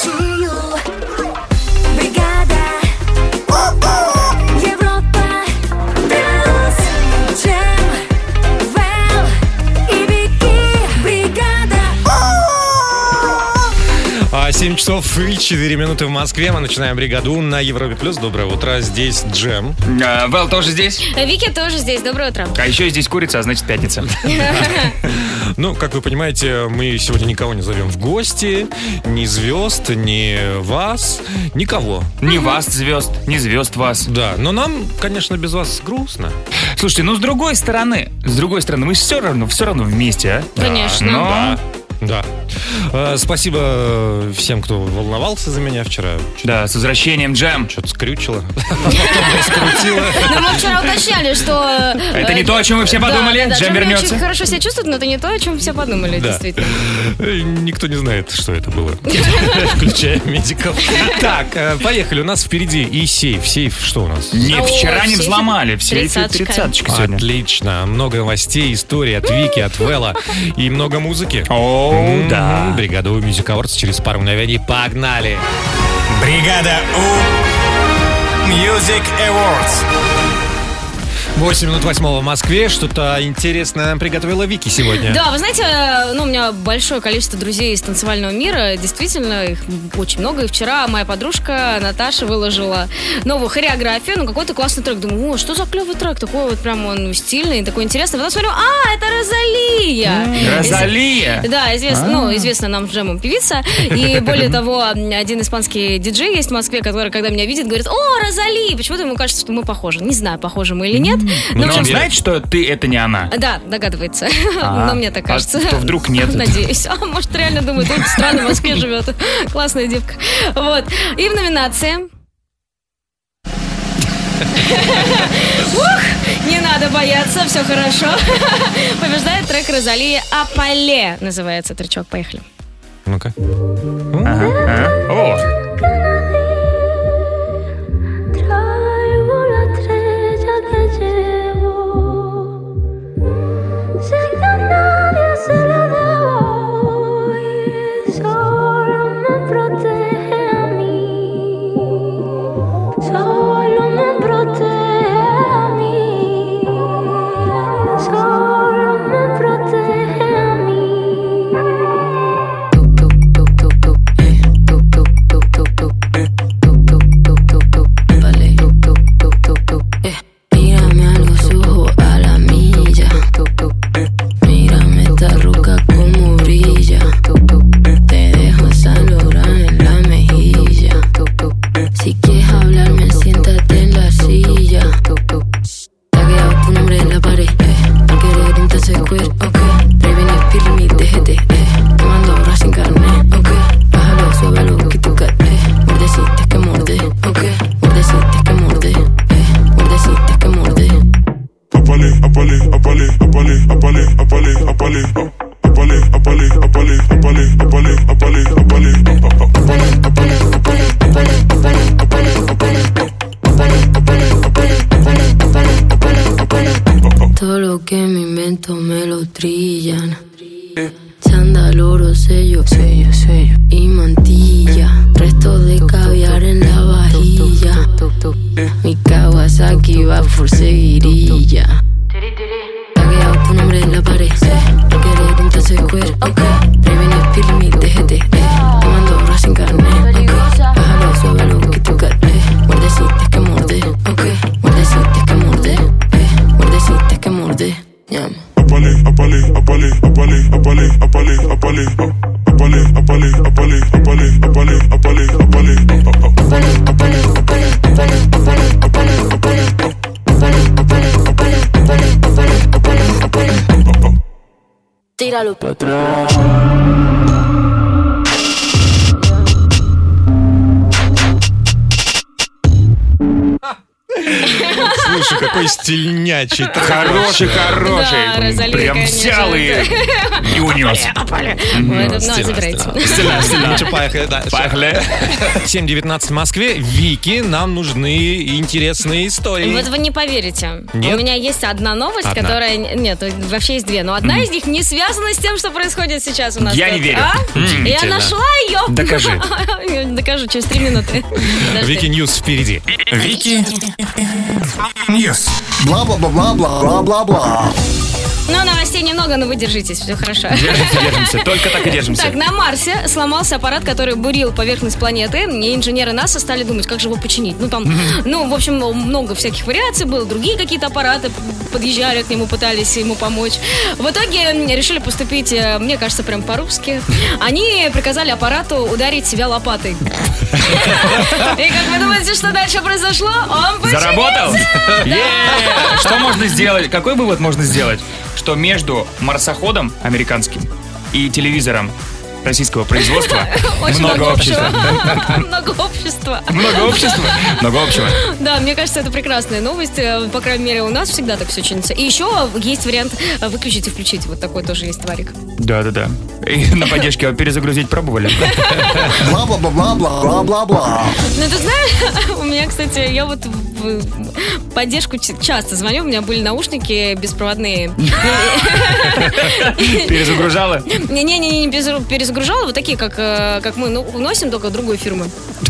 танцую. Бригада, Европа плюс, Джем, Вэл и Вики. Бригада. 7 часов и 4 минуты в Москве. Мы начинаем бригаду на Европе плюс. Доброе утро. Здесь Джем. Вэл тоже здесь. Вики тоже здесь. Доброе утро. А еще здесь курица, а значит пятница. Ну, как вы понимаете, мы сегодня никого не зовем в гости. Ни звезд, ни вас. Никого. Ни вас звезд, ни звезд вас. Да, но нам, конечно, без вас грустно. Слушайте, ну с другой стороны, мы все равно вместе, а? Конечно. Но... Да. Спасибо всем, кто волновался за меня вчера. Да, с возвращением, Джем. Что-то скрючило. Но мы вчера уточняли, что... Это не то, о чем вы все подумали. Джем вернется. очень хорошо себя чувствует, но это не то, о чем все подумали, действительно. Никто не знает, что это было. Включая медиков. Так, поехали. У нас впереди и сейф. Сейф что у нас? Не, вчера не взломали. В сейфе 30-очка сегодня. Отлично. Много новостей, историй от Вики, от Вэлла и много музыки. Да. Бригада У Music Awards через пару мгновений. Погнали! Бригада У Music Awards. 8 минут 8 в Москве. Что-то интересное нам приготовила Вики сегодня. Да, вы знаете, у меня большое количество друзей из танцевального мира. Действительно, их очень много. И вчера моя подружка Наташа выложила новую хореографию. Какой-то классный трек. Думаю, что за клевый трек. Такой вот прям он стильный, такой интересный. Потом смотрю, это Розалия. Розалия? Да, известная нам Джемом певица. И более того, один испанский диджей есть в Москве, который, когда меня видит, говорит: о, Розали! Почему-то ему кажется, что мы похожи. Не знаю, похожи мы или нет. Но он знает, что ты это не она? Да, догадывается. Но мне так кажется. А то вдруг нет. Надеюсь. Может, реально думает, тут странно в Москве живет. Классная девка. Вот. И в номинации... Не надо бояться, все хорошо. Побеждает трек Розалии «Апале». Называется тречок. Поехали. Ну-ка. О! Todo lo que me invento me lo trillan. Chándal, oro, sello y mantilla. Resto de caviar en la vajilla. Mi Kawasaki va por seguirilla. Tagueado tu nombre en la pared. No querés entonces queer, ok. Previene pirmi, déjate, Te mando horas sin carnet, ok. Bájalo, suávelo, que tu carne. Muerdecitas que morde, ok. Muerdecitas que morde, muerdecitas que morde. Llama. Apale, apale, apale, apale, apale, apale, apale, apale, apale, apale, apale, apale, apale, apale, Tíralo para atrás. Слушай, какой стильнячий. Хороший. Да, Розали, Прям конечно, взял и унес. Вот, забирайте. Ну что, поехали дальше. Поехали. 7:19 в Москве. Вики, нам нужны интересные истории. Вот вы не поверите. Нет? У меня есть одна новость, Одна. которая... Нет, вообще есть две. Но одна из них не связана с тем, что происходит сейчас у нас. Я тут. не верю. А? Я Удивительно. нашла ее. Докажи. Докажу через 3 минуты. Подожди. Вики Ньюс впереди. Вики Ньюс. Бла-бла-бла-бла-бла-бла-бла. Ну, новостей немного, но вы держитесь, все хорошо. Держимся. Только так и держимся. Так, на Марсе сломался аппарат, который бурил поверхность планеты, и инженеры НАСА стали думать, как же его починить. Ну, там, в общем, много всяких вариаций было, другие какие-то аппараты подъезжали к нему, пытались ему помочь. В итоге решили поступить, мне кажется, прям по-русски. Они приказали аппарату ударить себя лопатой. И как вы думаете, что дальше произошло? Он починился! Заработал? Что можно сделать? Какой вывод можно сделать? Что между марсоходом американским и телевизором российского производства Очень много общества. Много общества. Много общества? Много общего. Да, мне кажется, это прекрасная новость. По крайней мере, у нас всегда так все чинится. И еще есть вариант выключить и включить. Вот такой тоже есть варик. Да. И на поддержке перезагрузить пробовали? Бла-бла-бла-бла-бла-бла-бла. Ну, ты знаешь, у меня, кстати, я вот в поддержку часто звоню. У меня были наушники беспроводные. Перезагружала? Не перезагружала. Вот такие, как мы носим, только другой фирмы.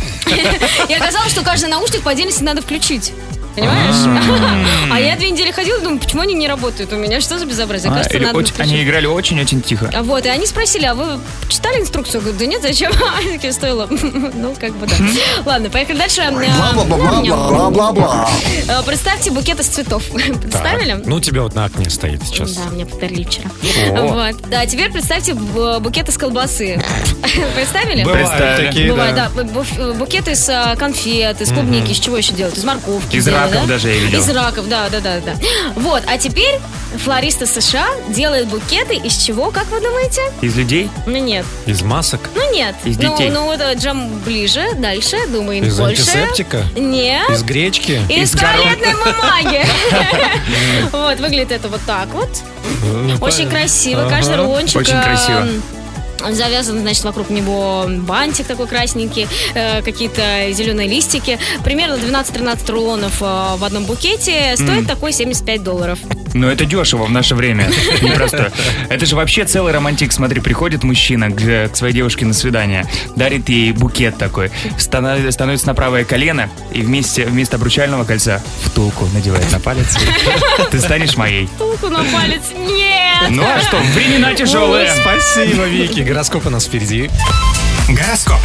И оказалось, что каждый наушник по отдельности надо включить. Понимаешь? А я 2 недели ходила и думаю, почему они не работают у меня? Что за безобразие? Кажется, надо включить. Они играли очень-очень тихо. Вот, и они спросили, а вы читали инструкцию? Я говорю, да нет, зачем? Таки стоило. Ну, как бы да. Ладно, поехали дальше. Бла-бла-бла-бла-бла-бла. Представьте букет из цветов. Представили? Ну, у тебя вот на окне стоит сейчас. Да, мне подарили вчера. Вот. Да, теперь представьте букет из колбасы. Представили? Бывают такие, Бывает, да. да. Букет из конфет, из клубники, из чего еще делают? Из морковки. Из делают, раков да? даже я видел. Из раков, да. Вот, а теперь флористы США делают букеты из чего, как вы думаете? Из людей? Ну нет. Из масок? Ну нет. Из детей? Ну вот Джам ближе, дальше, думаем Из больше. антисептика? Нет. Из гречки? Из туалетной бумаги. Вот, выглядит это вот так вот. Очень красиво. Каждый рулончик Очень красиво. завязан, значит, вокруг него бантик такой красненький, какие-то зеленые листики. Примерно 12-13 рулонов в одном букете. Стоит такой $75. Но это дешево в наше время. Непросто. Это же вообще целый романтик. Смотри, приходит мужчина к своей девушке на свидание, дарит ей букет такой, становится на правое колено и вместо обручального кольца втулку надевает на палец. Ты станешь моей. Втулку на палец. Нет! Ну а что, времена тяжелые. Спасибо, Вики. Гороскоп у нас впереди. Гороскоп.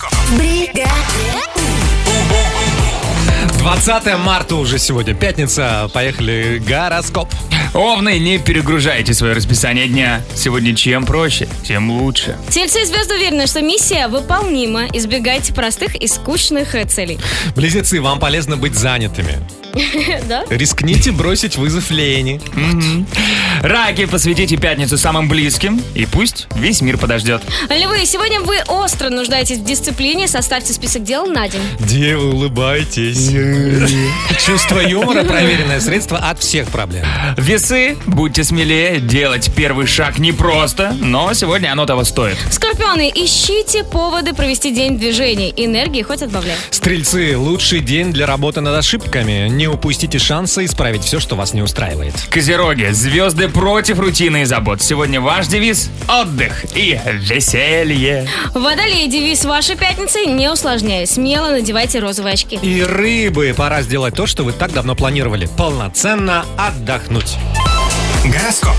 20 марта уже сегодня, пятница. Поехали. Гороскоп. Овны, не перегружайте свое расписание дня. Сегодня чем проще, тем лучше. Тельцы и звезды уверены, что миссия выполнима. Избегайте простых и скучных целей. Близнецы, вам полезно быть занятыми. Да? Рискните бросить вызов лени. Раки, посвятите пятницу самым близким, и пусть весь мир подождет. Львы, сегодня вы остро нуждаетесь в дисциплине. Составьте список дел на день. Девы, улыбайтесь. Чувство юмора — проверенное средство от всех проблем. Весы, будьте смелее, делать первый шаг непросто, но сегодня оно того стоит. Скорпионы, ищите поводы провести день в движении. Энергии хоть отбавляй. Стрельцы, лучший день для работы над ошибками. Не упустите шанса исправить все, что вас не устраивает. Козероги, звезды против рутины и забот. Сегодня ваш девиз – отдых и веселье. Водолеи, девиз вашей пятницы: не усложняй. Смело надевайте розовые очки. И рыбы, пора сделать то, что вы так давно планировали. Полноценно отдохнуть. Гороскоп.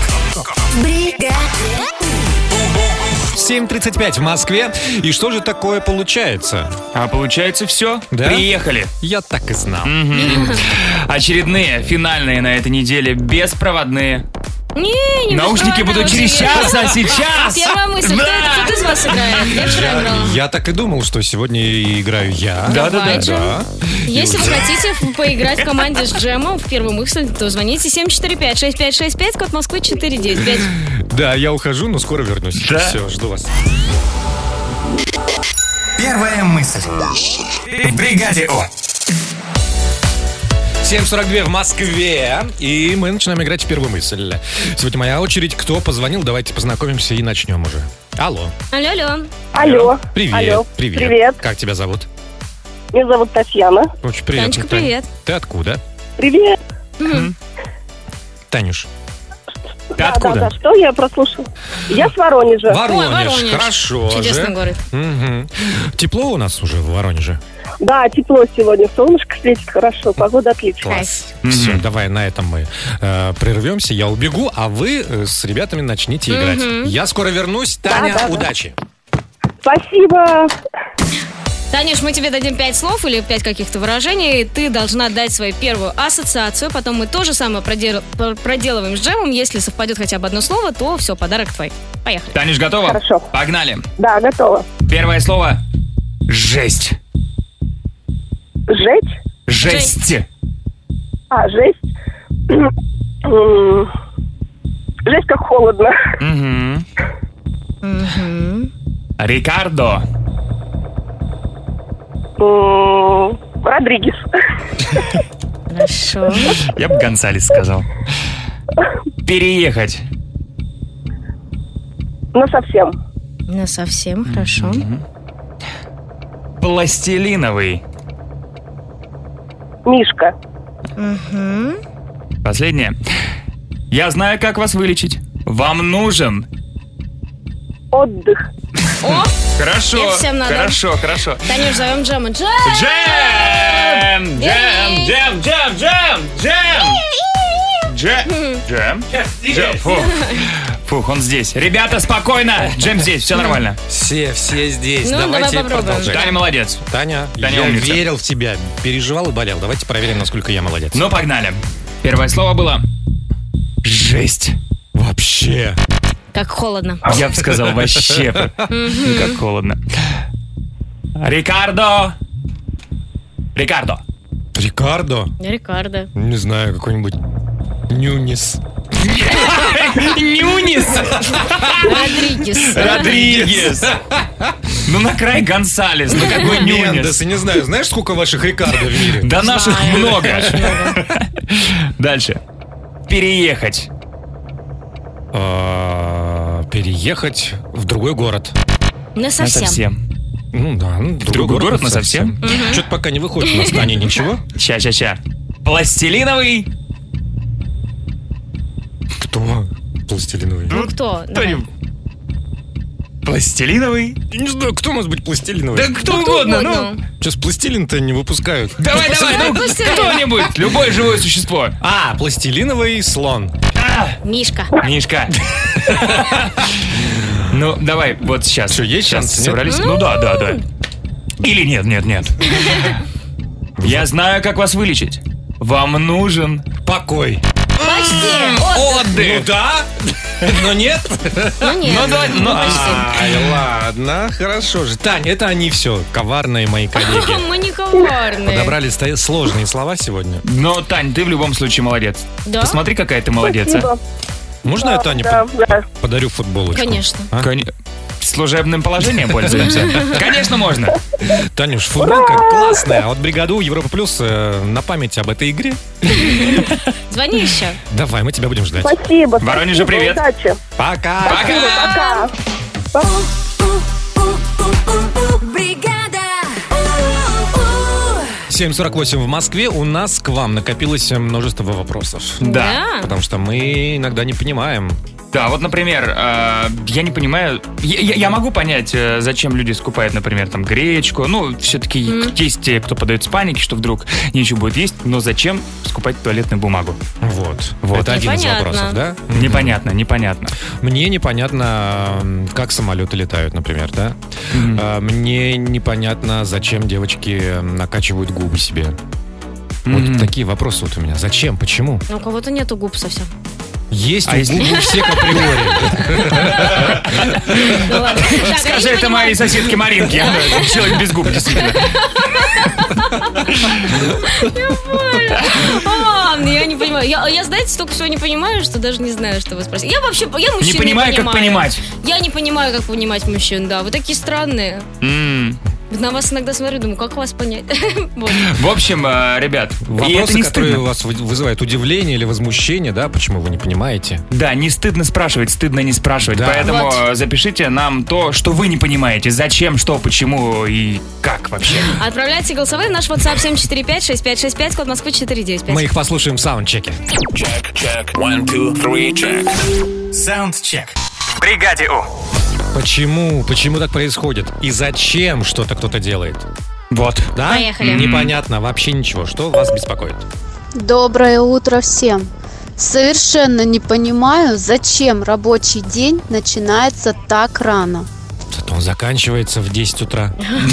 7:35 в Москве. И что же такое получается? А получается все. Да? Приехали. Я так и знал. Очередные, финальные на этой неделе, беспроводные. Не Наушники будут через час, а сейчас... Первая мысль, кто из вас играет? Я вчера играла. Я так и думал, что сегодня играю я. Давайте. Да. Если вы хотите поиграть в команде с Джемом в первую мысль, то звоните 745-6565, код Москвы 495. Да, я ухожу, но скоро вернусь. Да? Все, жду вас. Первая мысль. В бригаде У. 7:42 в Москве. И мы начинаем играть в первую мысль. Сегодня моя очередь. Кто позвонил? Давайте познакомимся и начнем уже. Алло. Алло. Алло. Привет. Алло. Привет. Как тебя зовут? Меня зовут Татьяна. Очень приятно. Танечка, Тань. привет. Ты откуда? Привет. Танюш. Ты откуда? Да, что я прослушала? Я с Воронежа. Воронеж. Хорошо. Чудесный же. город. Мгм. Тепло у нас уже в Воронеже? Да, тепло сегодня, солнышко светит хорошо, погода отличная. Класс. Все, давай на этом мы прервемся. Я убегу, а вы с ребятами начните играть. Я скоро вернусь. Таня, да. удачи. Спасибо. Танюш, мы тебе дадим 5 слов или 5 каких-то выражений. Ты должна дать свою первую ассоциацию. Потом мы то же самое проделываем с Джемом. Если совпадет хотя бы одно слово, то все, подарок твой. Поехали. Танюш, готова? Хорошо. Погнали. Да, готова. Первое слово. Жесть. Жечь? Жесть. Жесть. Жесть, как холодно. Рикардо. Родригес. Хорошо. Я бы Гонсалес сказал. Переехать. Ну, совсем. Ну, совсем хорошо. Пластилиновый. Мишка. Последнее. Я знаю, как вас вылечить. Вам нужен. Отдых. О, Хорошо. Это всем надо. Хорошо. Танюш, зовем Джема. Джем! Джем. Фух, он здесь. Ребята, спокойно. Джем здесь, все нормально. Все здесь. Ну, Давайте давай попробуем. продолжать. Таня молодец. Таня, Таня я умница. верил в тебя, переживал и болел. Давайте проверим, насколько я молодец. Ну, погнали. Первое слово было жесть. Вообще. Как холодно. Я бы сказал вообще. Ну, как холодно. Рикардо. Рикардо? Рикардо. Не знаю, какой-нибудь Нюнис. Нюнис. Родригес. Ну, на край Гонсалес. Ну, какой Нюнис. Мендес, я не знаю, знаешь, сколько ваших Рикардо в мире? Да наших Знаю. много. Дальше. Переехать. Переехать в другой город. Насовсем. Ну да. В другой город насовсем? Что-то пока не выходит у нас, Таня, ничего. Ща. Пластилиновый. Кто? Пластилиновый. Ну кто? Давай. Пластилиновый. Я не знаю, кто может быть пластилиновый? Да кто угодно, ну. Сейчас пластилин-то не выпускают. Давай, ну, Пластилин. кто-нибудь, любое живое существо. Пластилиновый слон. Мишка. Мишка. Ну, давай, вот сейчас. Что, есть Сейчас шанс, нет? собрались? Ну да. Или нет. Я знаю, как вас вылечить. Вам нужен Покой. Почти. отдых. Ну да, но нет. Ну нет. Ну давай, ну Ладно, хорошо же. Таня, это они все, коварные мои коллеги. Мы не коварные. Подобрали сложные слова сегодня. Но, Тань, ты в любом случае молодец. Да? Посмотри, какая ты молодец, а. Спасибо. Можно я Тане Да. подарю футболочку? Конечно. А? Служебным положением пользуемся? Конечно, можно. Танюш, футболка классная. А вот бригаду Европа Плюс на память об этой игре. Звони еще. Давай, мы тебя будем ждать. Спасибо. Воронеже, привет. Удачи. Пока. Пока. Пока. Бригада. 7:48 в Москве. У нас к вам накопилось множество вопросов. Да. Потому что мы иногда не понимаем. Да, вот, например, я не понимаю, я могу понять, зачем люди скупают, например, там, гречку. Ну, все-таки есть те, кто подается панике, что вдруг нечего будет есть, но зачем скупать туалетную бумагу? Вот. Вот. Это один из Непонятно. вопросов, да? Непонятно. Мне непонятно, как самолеты летают, например, да? Мне непонятно, зачем девочки накачивают губы себе. Вот такие вопросы вот у меня. Зачем? Почему? Ну, у кого-то нету губ совсем. Есть А у если- губ у всех априори. Ну ладно. Так, Скажи я не это понимаю. моей соседке Маринке. Человек без губ, действительно. Ладно, я не понимаю. Я, знаете, столько всего не понимаю, что даже не знаю, что вы спросите. Я мужчин Не не понимаю, как понимать. Я не понимаю, как понимать мужчин, да. Вы такие странные. На вас иногда смотрю, думаю, как вас понять? Вот. В общем, ребят, и это Вопросы, не которые стыдно. у вас вызывают удивление или возмущение, да, почему вы не понимаете? Да, не стыдно спрашивать, стыдно не спрашивать. Да. Поэтому Вот. запишите нам то, что вы не понимаете. Зачем, что, почему и как вообще. Отправляйте голосовые в наш WhatsApp 745-6565, код Москвы 495. Мы их послушаем в саундчеке. Check. 1, 2, 3, check. Саундчек. В бригаде У. Почему? Почему так происходит? И зачем что-то кто-то делает? Вот. Да? Поехали. Непонятно, вообще ничего. Что вас беспокоит? Доброе утро всем. Совершенно не понимаю, зачем рабочий день начинается так рано. Зато он заканчивается в 10 утра.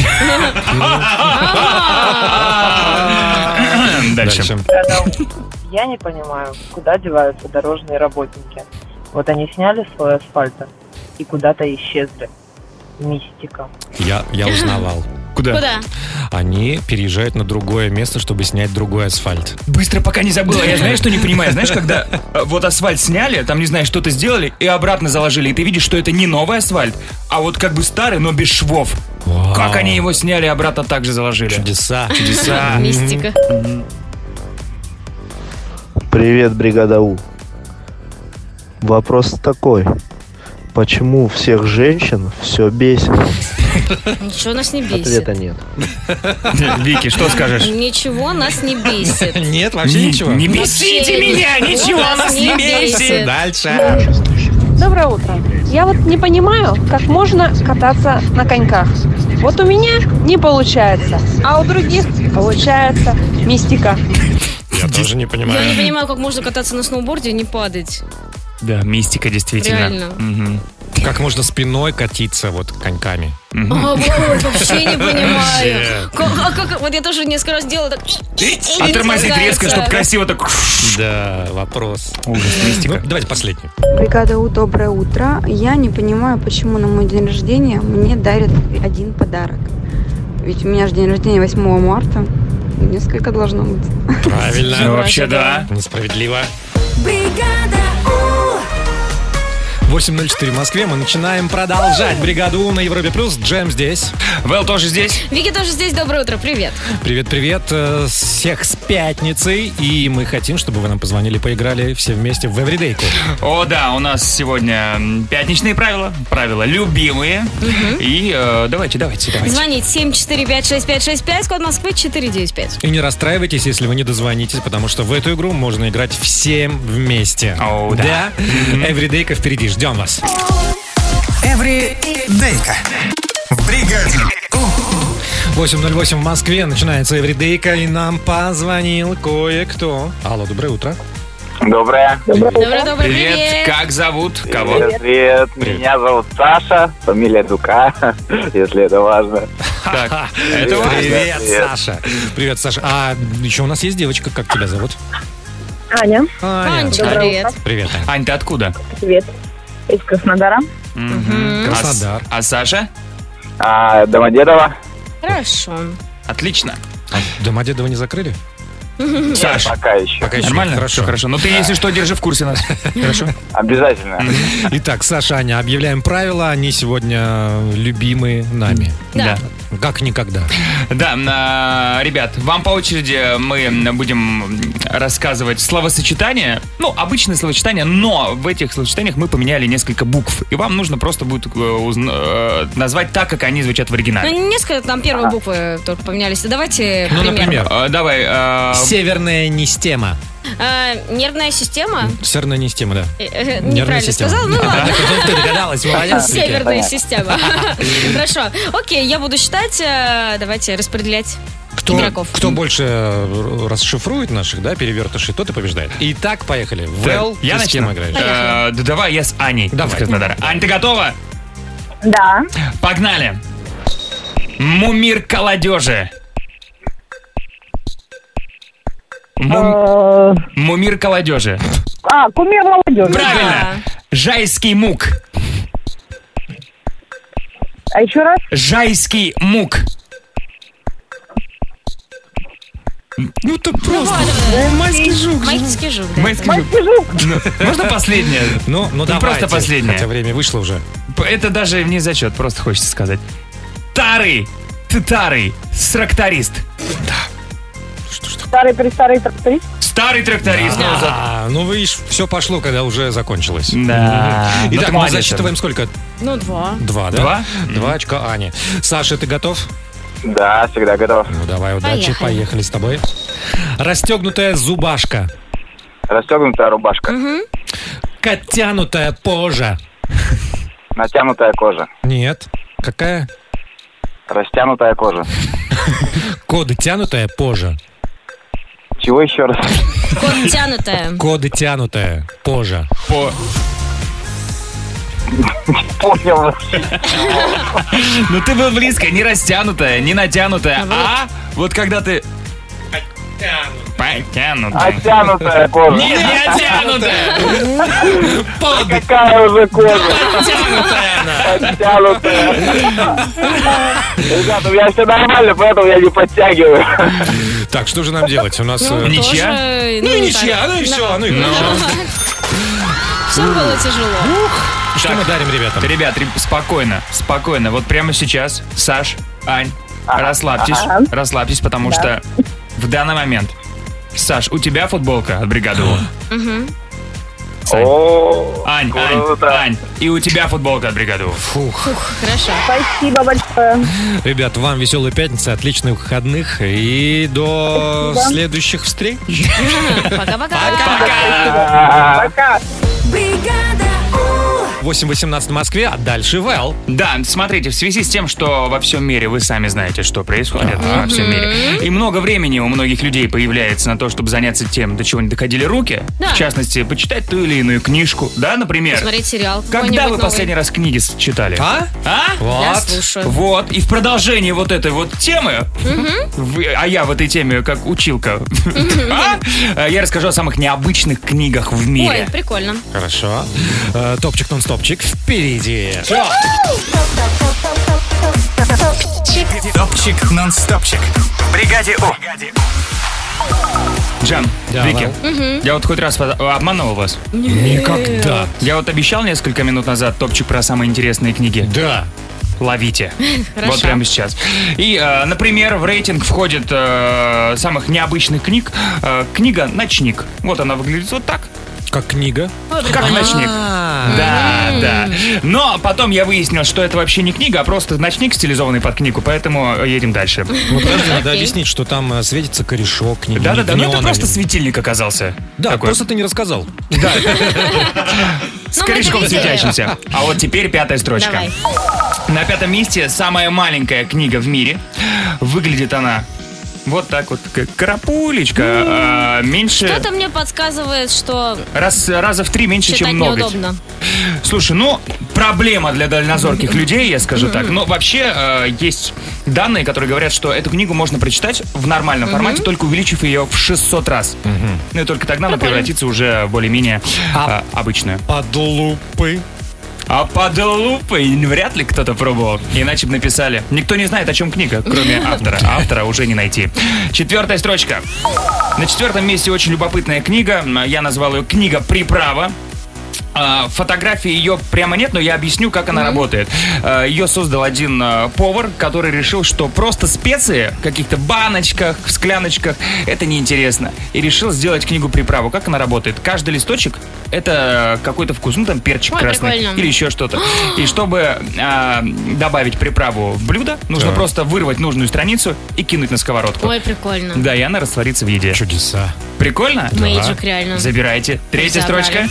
Дальше. Я не понимаю, куда деваются дорожные работники. Вот они сняли слой асфальта и куда-то исчезли. Мистика. Я узнавал. Куда? Они переезжают на другое место, чтобы снять другой асфальт. Быстро, пока не забыла. Я знаешь, что не понимаю? Знаешь, когда вот асфальт сняли, там, не знаю, что-то сделали и обратно заложили, и ты видишь, что это не новый асфальт, а вот как бы старый, но без швов. Вау. Как они его сняли и обратно так же заложили? Чудеса. Чудеса. Мистика. Привет, бригада У. Вопрос такой. Почему всех женщин все бесит? Ничего нас не бесит. Ответа нет. Вики, что скажешь? Ничего нас не бесит. Нет, вообще ничего. Не бесите Вообще меня, ничего нас нас не не бесит. бесит. Дальше. Доброе утро. Я вот не понимаю, как можно кататься на коньках. Вот у меня не получается, а у других получается. Мистика. Я тоже не Я не понимаю. понимаю, как можно кататься на сноуборде и не падать. Да, мистика, действительно. Реально. Мгм. Как можно спиной катиться вот коньками? Вообще не понимаю. Вот я тоже несколько раз делала так. А тормозить резко, чтобы красиво так... Да, вопрос. Ужас, Ну, мистика. давайте последний. Бригада У, доброе утро. Я не понимаю, почему на мой день рождения мне дарят один подарок. Ведь у меня же день рождения 8 марта. Несколько должно быть. Правильно. Ну, вообще, да. Несправедливо. Бригада У. 8:04 в Москве. Мы начинаем продолжать бригаду У на Европе Плюс. Джем здесь. Вэл тоже здесь. Вики тоже здесь. Доброе утро. Привет. Привет. Всех с пятницей. И мы хотим, чтобы вы нам позвонили, поиграли все вместе в Эвридейку. О, да, у нас сегодня пятничные правила. Правила любимые. И давайте. Звонить 745-6565, код Москвы 495. И не расстраивайтесь, если вы не дозвонитесь, потому что в эту игру можно играть всем вместе. О, да. Эвридейка впереди. Ждем вас. Эвридейка. В бригаде У. 8:08 в Москве. Начинается Эвридейка, и нам позвонил кое-кто. Алло, доброе утро. Доброе. Доброе, Привет. Как зовут? Кого? Привет. Меня зовут Саша, фамилия Дука, если это важно. Так, это важно. Привет, Привет. Саша. Привет, Саша. А еще у нас есть девочка. Как тебя зовут? Аня. Анечка, Доброе привет. Привет, Ань. Ань, ты откуда? Привет. Из Краснодара. Краснодар. А Саша? Домодедово. Хорошо. Отлично. Домодедово не закрыли? Саш, Пока еще. Пока еще нормально? нет. Хорошо. Всё хорошо. Ну ты, если что, держи в курсе нас. Хорошо? Обязательно. Итак, Саша, Аня, объявляем правила. Они сегодня любимые нами. Да. Как никогда. Да, ребят, вам по очереди мы будем рассказывать словосочетания. Ну, обычные словосочетания, но в этих словосочетаниях мы поменяли несколько букв. И вам нужно просто будет назвать так, как они звучат в оригинале. Ну, несколько там первые буквы только поменялись. Давайте Ну, пример. например, Давай. северная нестема. Нервная система. Северная нестема, да. Неправильно система. сказала, ну ладно. Ты догадалась, молодец. Северная система. Хорошо. Окей, я буду считать. Давайте распределять игроков. Кто больше расшифрует наших, да, перевертышей, тот и побеждает. Итак, поехали. Вэл, я ты с кем начну. играешь? Да давай я с Аней. Давай. из Краснодара. Ань, ты готова? Да. Погнали. Мумир колодежи. Мумир колодежи. Кумир молодежи. Правильно. Жайский мук. А еще раз? Жайский мук. Ну ты просто. Майский жук. Майский жук, да. Майский жук. Можно последнее? Ну, давайте. Просто последнее. Хотя время вышло уже. Это даже не зачет, просто хочется сказать. Тарый. Старый тракторист. Старый тракторист. Старый тракторист. Ну, видишь, все пошло, когда уже закончилось. Да. Итак, мы засчитываем сколько? 2. 2, да? 2 очка Ани. Саша, ты готов? Да, всегда готов. Ну, давай, удачи, поехали с тобой. Расстегнутая зубашка. Расстегнутая рубашка. Подтянутая кожа. Натянутая кожа. Нет. Какая? Растянутая кожа. Кодотянутая кожа. Чего еще раз? Кодотянутая. Кодотянутая кожа. Понял. Ну ты был близко, не растянутая, не натянутая, а вот когда ты... Подтянутая. Оттянутая кожа. Нет, не оттянутая. Какая уже кожа? Подтянутая. Ребята, у меня все нормально, поэтому я не подтягиваю. Так, что же нам делать? У нас... Ничья? Ну и ничья, ну и все, ну и хорошо. Все было тяжело. Что мы дарим ребятам? Ребят, спокойно. Вот прямо сейчас, Саш, Ань, расслабьтесь, потому что в данный момент, Саш, у тебя футболка от бригады У. Ань, и у тебя футболка от бригады У. Фух. Хорошо. Спасибо большое. Ребят, вам веселой пятницы, отличных выходных и до следующих встреч. Пока-пока. Пока. Бригада У. 8:18 в Москве, а дальше Вэл. Да, смотрите, в связи с тем, что во всем мире, вы сами знаете, что происходит во всем мире, и много времени у многих людей появляется на то, чтобы заняться тем, до чего не доходили руки, Да. в частности, почитать ту или иную книжку, да, например. Смотреть сериал. Когда вы последний раз книги читали? А? Я Вот. слушаю. Вот, и в продолжении вот этой вот темы, а я в этой теме как училка, я расскажу о самых необычных книгах в Ой, мире. прикольно. Хорошо. Топчик, нон-стопчик впереди. Топчик, нон-стопчик. В бригаде У. Джан, Да, Вики, я вот хоть раз обманул вас. Никогда. Я вот обещал несколько минут назад топчик про самые интересные книги. Да. Ловите. Хорошо. Вот прямо сейчас. И, например, в рейтинг входит самых необычных книг книга «Ночник». Вот она выглядит вот так. Как книга. Ой, Как прикольно. ночник. Да. Но потом я выяснил, что это вообще не книга, а просто ночник, стилизованный под книгу, поэтому едем дальше. Ну, подожди, надо Окей. объяснить, что там светится корешок, книги. Да-да-да, ну это неоновый. просто светильник оказался. Да, Такой. просто ты не рассказал. С Ну, корешком мы повезли. светящимся. А вот теперь пятая строчка. Давай. На пятом месте самая маленькая книга в мире. Выглядит она вот так вот, как карапулечка. Меньше... Что-то мне подсказывает, что Раза в 3 меньше, читать чем ноготь. неудобно. Слушай, ну, проблема для дальнозорких людей, я скажу так. Но вообще есть данные, которые говорят, что эту книгу можно прочитать в нормальном формате, только увеличив ее в 600 раз. Ну и только тогда она превратится уже в более-менее обычную. Под лупой. А под лупой вряд ли кто-то пробовал. Иначе бы написали. Никто не знает, о чем книга, кроме автора. Автора уже не найти. Четвертая строчка. На 4-м месте очень любопытная книга. Я назвал ее «Книга приправа». Фотографии ее прямо нет, но я объясню, как она работает. Ее создал один повар, который решил, что просто специи в каких-то баночках, в скляночках это неинтересно. И решил сделать книгу-приправу. Как она работает? Каждый листочек это какой-то вкус, ну там перчик Ой, красный прикольно. или еще что-то. И чтобы добавить приправу в блюдо, нужно просто вырвать нужную страницу и кинуть на сковородку. Ой, прикольно. Да, и она растворится в еде. Чудеса. Прикольно? Мэйджик, реально. Забирайте. Третья Забрали. строчка.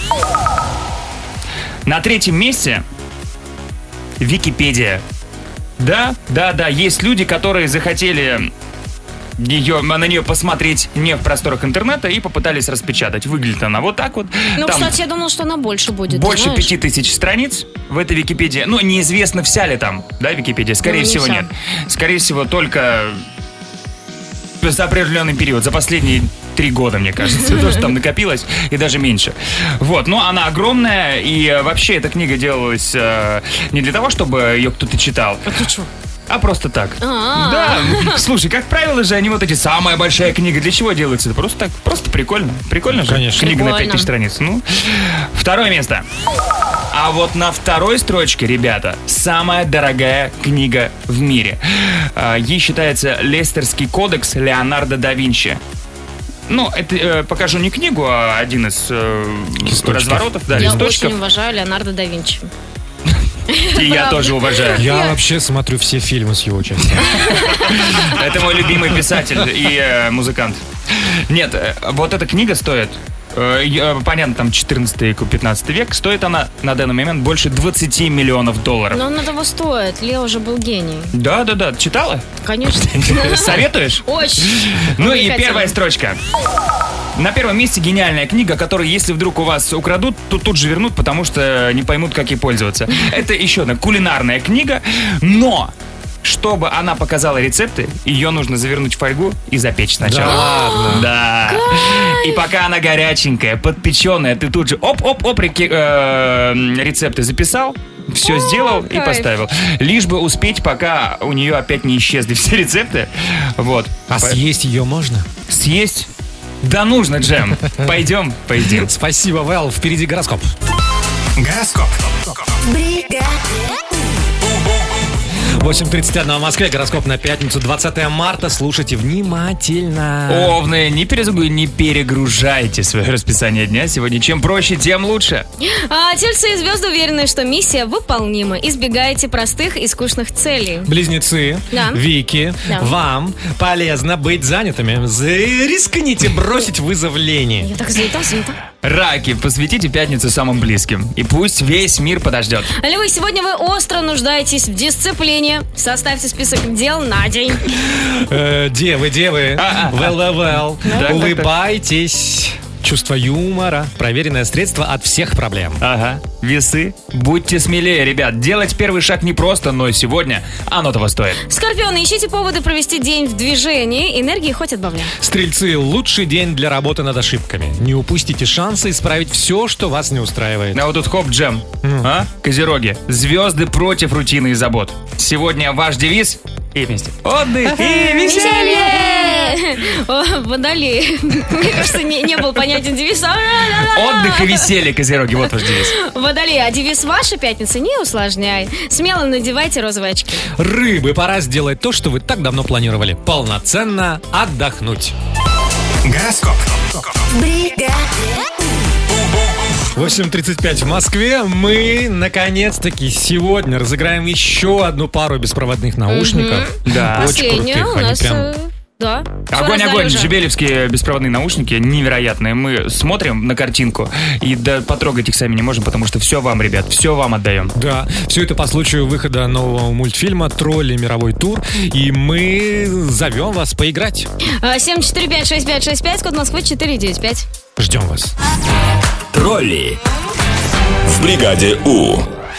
На 3-м месте Википедия. Да, есть люди, которые захотели на нее посмотреть не в просторах интернета и попытались распечатать. Выглядит она вот так вот. Ну, Там кстати, я думала, что она больше будет. ты больше знаешь? 5000 страниц в этой Википедии. Ну, неизвестно, вся ли там, да, Википедия? Скорее Ну, не всего, вся. нет. Скорее всего, только за определенный период, за последние 3 года, мне кажется, то, что там накопилось, и даже меньше. Вот, но она огромная, и вообще эта книга делалась не для того, чтобы ее кто-то читал, а просто так. Да, слушай, как правило же, они вот эти самая большая книга, для чего делаются? Это просто так, просто прикольно. Прикольно же? Конечно. Книга на Прикольно. 5000 страниц. Ну, 2-е место. А вот на второй строчке, ребята, самая дорогая книга в мире. Ей считается Лестерский кодекс Леонардо да Винчи. Ну, это покажу не книгу, а один из разворотов, да, Я листочков. очень уважаю Леонардо да Винчи. И я тоже уважаю. Я вообще смотрю все фильмы с его участием. Это мой любимый писатель и музыкант. Нет, вот эта книга стоит, понятно, там 14-15 век, стоит она на данный момент больше 20 миллионов долларов. Но он того стоит. Лео же был гений. Да, читала? Конечно. Советуешь? Очень. Ну и первая строчка. На первом месте гениальная книга, которую, если вдруг у вас украдут, то тут же вернут, потому что не поймут, как ей пользоваться. Это еще одна кулинарная книга, но чтобы она показала рецепты, ее нужно завернуть в фольгу и запечь сначала. Да ладно? Да. И пока она горяченькая, подпеченная, ты тут же оп-оп-оп рецепты записал, все сделал и поставил. Лишь бы успеть, пока у нее опять не исчезли все рецепты. Вот. А съесть ее можно? Съесть? Да нужно, Джем. Пойдем, поедим. Спасибо, Вэл. Впереди гороскоп. Гороскоп. 8:31 в Москве. Гороскоп на пятницу, 20 марта. Слушайте внимательно. Овны, не перегружайте свое расписание дня. Сегодня чем проще, тем лучше. Тельцы и звезды уверены, что миссия выполнима. Избегайте простых и скучных целей. Близнецы, Да. Вики, Да. вам полезно быть занятыми. Рискните бросить вызов лени. Я так занята. Раки, посвятите пятницу самым близким. И пусть весь мир подождет. Львы, сегодня вы остро нуждаетесь в дисциплине. Составьте список дел на день. Девы, well. Так. Улыбайтесь. Чувство юмора. Проверенное средство от всех проблем. Ага. Весы, будьте смелее, ребят. Делать первый шаг непросто, но сегодня оно того стоит. Скорпионы, ищите поводы провести день в движении. Энергии хоть отбавляй. Стрельцы, лучший день для работы над ошибками. Не упустите шанса исправить все, что вас не устраивает. А вот тут хоп, Джем. Козероги, звезды против рутины и забот. Сегодня ваш девиз и вместе. Отдых и веселье! Водолей. Мне кажется, не был понятен девиз. Отдых и веселье, козероги, вот ваш девиз. Водолей, а девиз вашей пятницы не усложняй. Смело надевайте розовые очки. Рыбы, пора сделать то, что вы так давно планировали. Полноценно отдохнуть. Гороскоп. 8:35 в Москве. Мы, наконец-таки, сегодня разыграем еще одну пару беспроводных наушников. Да. Очень Последняя крутых. у Они нас... прям... Да. Огонь, Всё огонь, раздали уже. джебелевские беспроводные наушники невероятные. Мы смотрим на картинку и потрогать их сами не можем, потому что все вам, ребят, все вам отдаем. Да, все это по случаю выхода нового мультфильма «Тролли. Мировой тур». И мы зовем вас поиграть. 7456565, код Москвы 495. Ждем вас. Тролли. В бригаде У.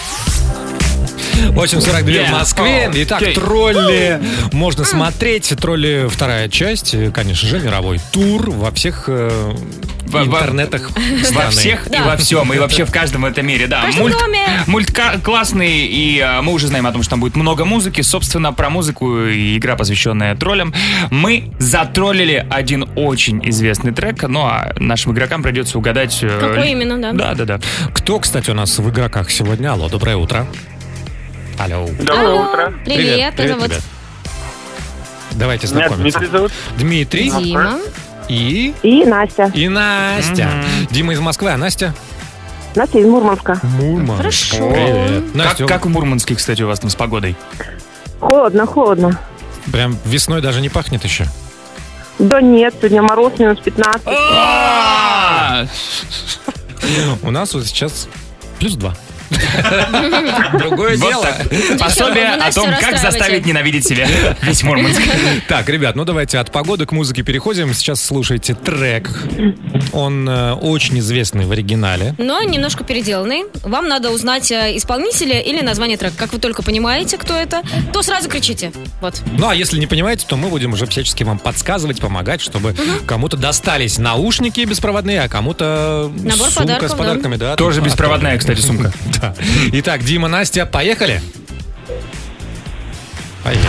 8:42 в Москве. Итак, «Тролли» можно смотреть. «Тролли» вторая часть, конечно же, мировой тур во всех интернетах страны. Во всех и во всем, и вообще в каждом этом мире, да. Мульт классный, и мы уже знаем о том, что там будет много музыки. Собственно, про музыку и игра, посвященная троллям. Мы затроллили один очень известный трек, ну а нашим игрокам придется угадать... Какой именно, да? Да. Кто, кстати, у нас в игроках сегодня? Алло, доброе утро. Алло. Доброе утро. Привет, Привет, ребят. Давайте Меня знакомиться. Дмитрий зовут. Дмитрий. Дима. И Настя. Дима из Москвы, а Настя? Настя из Мурманска. Мурманск. Хорошо. Привет. Настя, Как в Мурманске, кстати, у вас там с погодой? Холодно. прям весной даже не пахнет еще? Да нет, сегодня мороз минус 15. У нас вот сейчас +2. Другое Вот дело. так. Пособие о том, как заставить ненавидеть себя весь Мурманск. Так, ребят, ну давайте от погоды к музыке переходим. Сейчас слушайте трек. Он очень известный в оригинале. Но немножко переделанный. Вам надо узнать исполнителя или название трека. Как вы только понимаете, кто это, то сразу кричите. Вот. Ну, а если не понимаете, то мы будем уже всячески вам подсказывать, помогать, чтобы кому-то достались наушники беспроводные, а кому-то Набор сумка подарков, с подарками. Да, Тоже беспроводная, кстати, сумка. Да. Итак, Дима, Настя, поехали? Поехали.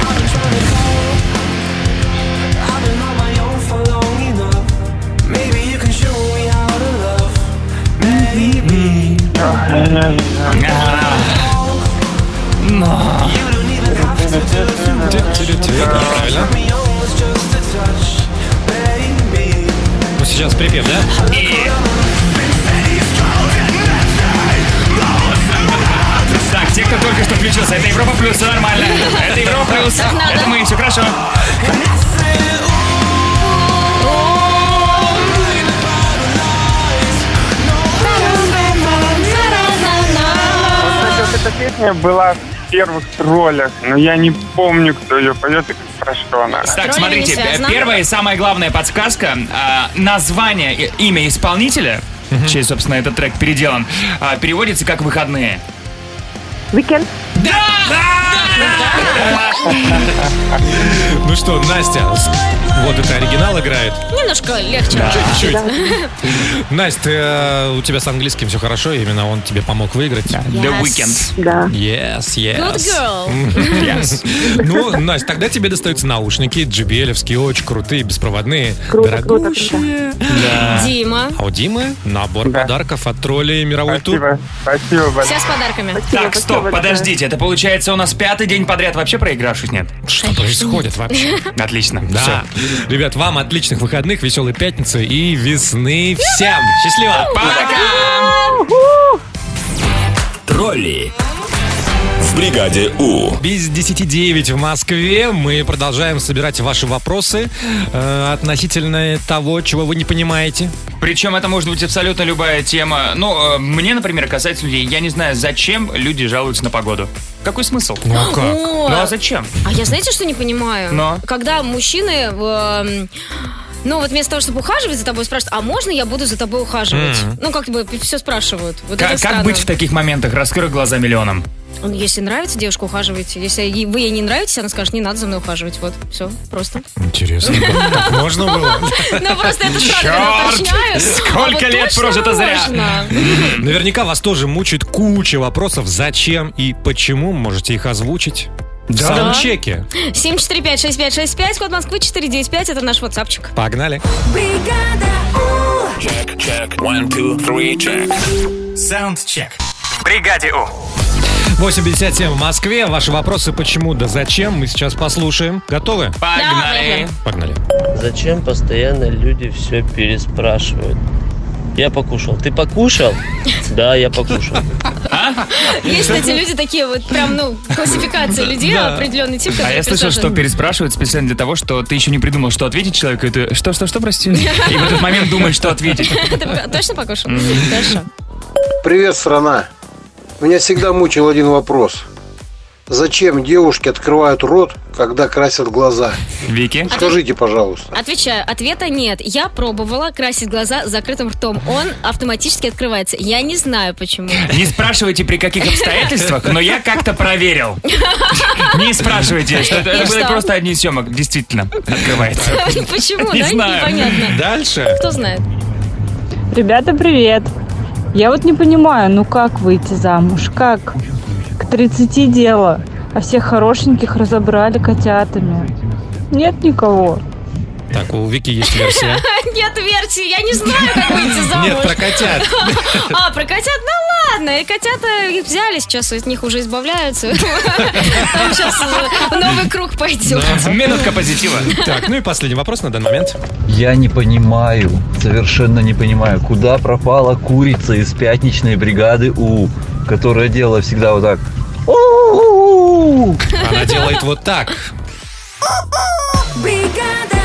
Правильно. Ну, сейчас припев, да? Так, те, кто только что включился, это Европа Плюс, все нормально. Это Европа Плюс, это мы, все хорошо. Эта песня была в первых троллях, но я не помню, кто ее поет и про что она. Так, смотрите, первая и самая главная подсказка. Название, имя исполнителя, чей, собственно, этот трек переделан, переводится как «выходные». Weekend? Да! Ну что, Настя, вот это оригинал играет. Немножко легче. Чуть-чуть. Настя, у тебя с английским все хорошо, именно он тебе помог выиграть. The Weeknd. Да. Yes. Good girl. Yes. Ну, Настя, тогда тебе достаются наушники JBL-овские, очень крутые, беспроводные. Круто. Да. Дима. А у Димы набор подарков от троллей мировой тур. Спасибо большое. Все с подарками. Так, стоп, подождите, это получается у нас 5-й день подряд вообще проигравших нет? Что происходит вообще? Отлично. Да. Всё. Ребят, вам отличных выходных, веселой пятницы и весны всем. Счастливо. Пока! Тролли в бригаде У. Без 10:09 в Москве. Мы продолжаем собирать ваши вопросы относительно того, чего вы не понимаете. Причем это может быть абсолютно любая тема. Ну, мне, например, касается людей. Я не знаю, зачем люди жалуются на погоду. Какой смысл? Ну а как? О, Ну а зачем? А я знаете, что не понимаю? Но? Когда мужчины... ну, вот вместо того, чтобы ухаживать за тобой, спрашивают, а можно я буду за тобой ухаживать? Ну, как бы все спрашивают. Вот это Как странно. быть в таких моментах? Раскрой глаза миллионам. Ну, если нравится девушка, ухаживайте. Если вы ей не нравитесь, она скажет, не надо за мной ухаживать. Вот, все, просто. Интересно, так можно было? Ну, просто это странно, когда уточняю. Сколько лет прожито зря. Наверняка вас тоже мучает куча вопросов, зачем и почему. Можете их озвучить в саундчеке. 745-6565, код Москвы 495, это наш ватсапчик. Погнали. Check. 1, 2, 3, check. Саундчек. В бригаде У. 8:57 в Москве. Ваши вопросы почему да зачем мы сейчас послушаем. Готовы? Погнали. Погнали. Зачем постоянно люди все переспрашивают? Я покушал. Ты покушал? Да, я покушал. Есть, кстати, люди такие вот прям, классификация людей, определенный тип. А я слышал, что переспрашивают специально для того, что ты еще не придумал, что ответить человеку, и ты что, прости? И в этот момент думаешь, что ответить. Ты точно покушал? Хорошо. Привет, страна. Меня всегда мучил один вопрос. Зачем девушки открывают рот, когда красят глаза? Вики? Скажите, пожалуйста. Отвечаю, ответа нет. Я пробовала красить глаза с закрытым ртом. Он автоматически открывается. Я не знаю, почему. Не спрашивайте, при каких обстоятельствах, но я как-то проверил. Не спрашивайте, что это были просто одни из съемок. Действительно, открывается. Почему, Не да? знаю. Непонятно. Дальше. Кто знает? Ребята, привет. Я вот не понимаю, как выйти замуж? Как? К 30 дело, а всех хорошеньких разобрали котятами. Нет никого. Так, у Вики есть версия. Нет версии, я не знаю, как выйти замуж. Нет, про котят. А, про котят? Ну ладно, и котята их взяли, сейчас от них уже избавляются. Там сейчас новый круг пойдет. Минутка позитива. Так, ну и последний вопрос на данный момент. Я не понимаю, совершенно не понимаю, куда пропала курица из пятничной бригады У, которая делала всегда вот так. Она делает вот так. Бригада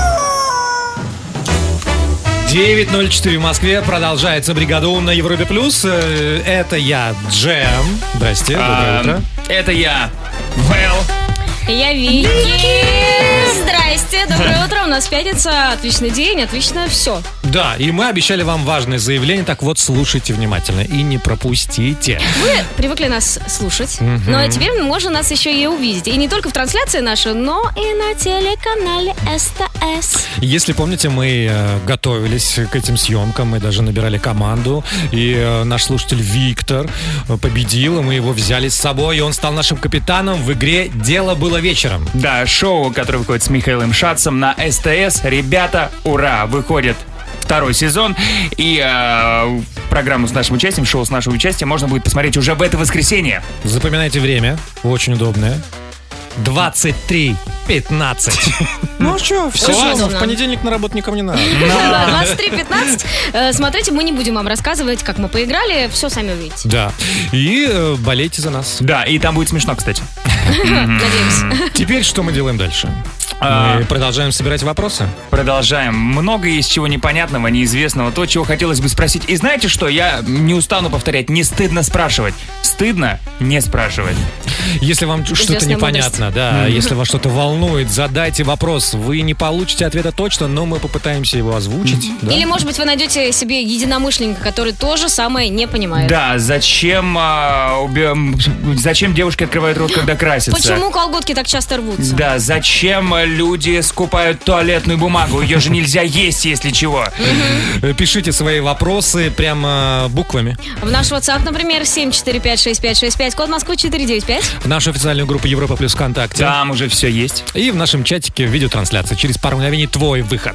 9:04 в Москве. Продолжается бригада У на Европе Плюс. Это я, Джем. Здрасте, доброе утро. Это я, Вэл. Я Вики. Здрасте, доброе утро. У нас пятница, отличный день, отлично все. Да, и мы обещали вам важное заявление, так вот слушайте внимательно и не пропустите. Вы привыкли нас слушать, но теперь можно нас еще и увидеть. И не только в трансляции нашей, но и на телеканале СТС. Если помните, мы готовились к этим съемкам, мы даже набирали команду, и наш слушатель Виктор победил, и мы его взяли с собой, и он стал нашим капитаном в игре «Дело было вечером». Да, шоу, которое выходит с Михаилом Шацем на СТС. Ребята, ура, выходит второй сезон. И программу с нашим участием, шоу с нашим участием можно будет посмотреть уже в это воскресенье. Запоминайте время, очень удобное. 23:15. Ну что, все, в понедельник на работу никому не надо. 23:15. Смотрите, мы не будем вам рассказывать, как мы поиграли, все сами увидите. Да. И болейте за нас. Да, и там будет смешно, кстати. Надеемся. Теперь что мы делаем дальше? Мы продолжаем собирать вопросы? Продолжаем. Много из чего непонятного, неизвестного, то, чего хотелось бы спросить. И знаете что? Я не устану повторять, не стыдно спрашивать. Стыдно не спрашивать. Если вам что-то непонятно, да, если вас что-то волнует, задайте вопрос. Вы не получите ответа точно, но мы попытаемся его озвучить. Да? Или, может быть, вы найдете себе единомышленника, который то же самое не понимает. Да, зачем девушки открывают рот, когда красятся? Почему колготки так часто рвутся? Да, зачем люди скупают туалетную бумагу? Ее же нельзя есть, если чего. Пишите свои вопросы прямо буквами. В наш WhatsApp, например, 7456565, код Москвы 495. В нашу официальную группу Европа Плюс ВКонтакте. Там уже все есть. И в нашем чатике видеотрансляция. Через пару мгновений твой выход.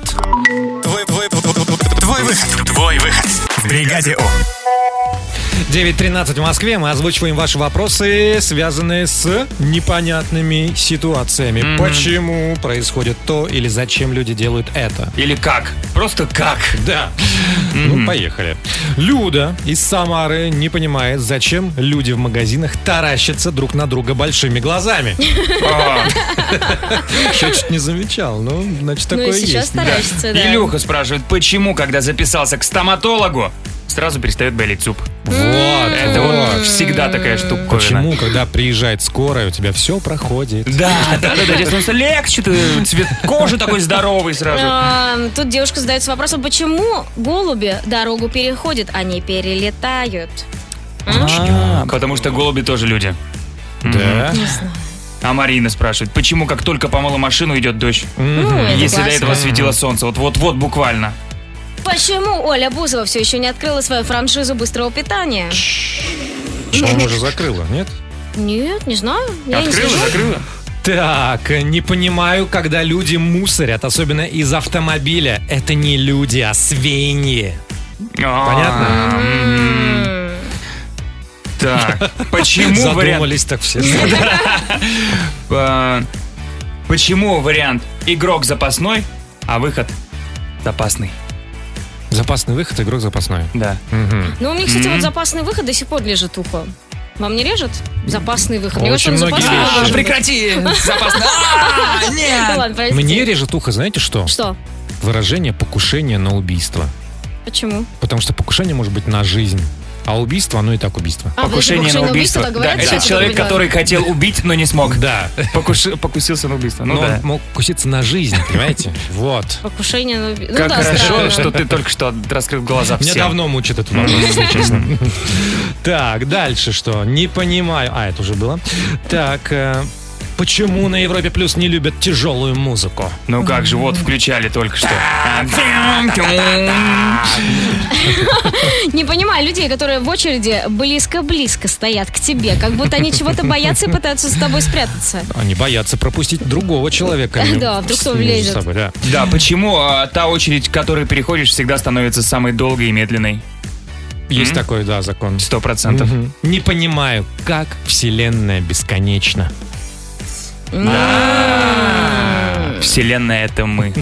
Твой выход. В бригаде У. 9:13 в Москве. Мы озвучиваем ваши вопросы, связанные с непонятными ситуациями. Почему происходит то или зачем люди делают это? Или как? Просто как? Да. Ну, поехали. Люда из Самары не понимает, зачем люди в магазинах таращатся друг на друга большими глазами. Я чуть не замечал, но значит такое есть. Ну и сейчас таращится, да. Илюха спрашивает, почему, когда записался к стоматологу, сразу перестает болеть зуб. Вот. Это вот всегда такая штука. Почему, когда приезжает скорая, у тебя все проходит? Да, тебе становится легче, цвет кожи такой здоровый сразу. Тут девушка задается вопросом, почему голуби дорогу переходят, а не перелетают? Потому что голуби тоже люди. Да? Не знаю. А Марина спрашивает, почему, как только помыла машину, идет дождь? Это Если до классно. этого светило солнце, вот буквально. Почему Оля Бузова все еще не открыла свою франшизу быстрого питания? По-моему, уже закрыла, нет? Нет, не знаю. Я не слежу. Закрыла. Так, не понимаю, когда люди мусорят, особенно из автомобиля. Это не люди, а свиньи. Понятно? Так, почему Задумались так все. Почему вариант игрок запасной, а выход запасный? Запасный выход, игрок запасной. Да. Ну, у меня, кстати, вот запасный выход до сих пор лежит ухо. Вам не режет? Запасный выход. Мне кажется, он запасной должен быть. Прекрати! Запасный! Нет! Ладно, простите. Мне режет ухо, знаете что? Что? Выражение «покушение на убийство». Почему? Потому что покушение может быть на жизнь. А убийство, оно и так убийство. Покушение на убийство. так Да, говорят, это я человек, что-то который хотел убить, но не смог. Да. Покусился на убийство. Ну Но да. он мог покуситься на жизнь, понимаете? Вот. Покушение на убийство. Как хорошо, что ты только что раскрыл глаза Меня всем. давно мучит этот вопрос, если честно. Так, дальше что? Не понимаю. А, это уже было. Так, почему на Европе Плюс не любят тяжелую музыку? Ну как же, вот включали только что. Не понимаю людей, которые в очереди близко-близко стоят к тебе, как будто они чего-то боятся и пытаются с тобой спрятаться. Они боятся пропустить другого человека. Да, вдруг кто между влезет. собой, да. Да, почему та очередь, которой переходишь, всегда становится самой долгой и медленной? Есть такой, да, закон. 100%. Не понимаю, как вселенная бесконечна. Вселенная — это мы.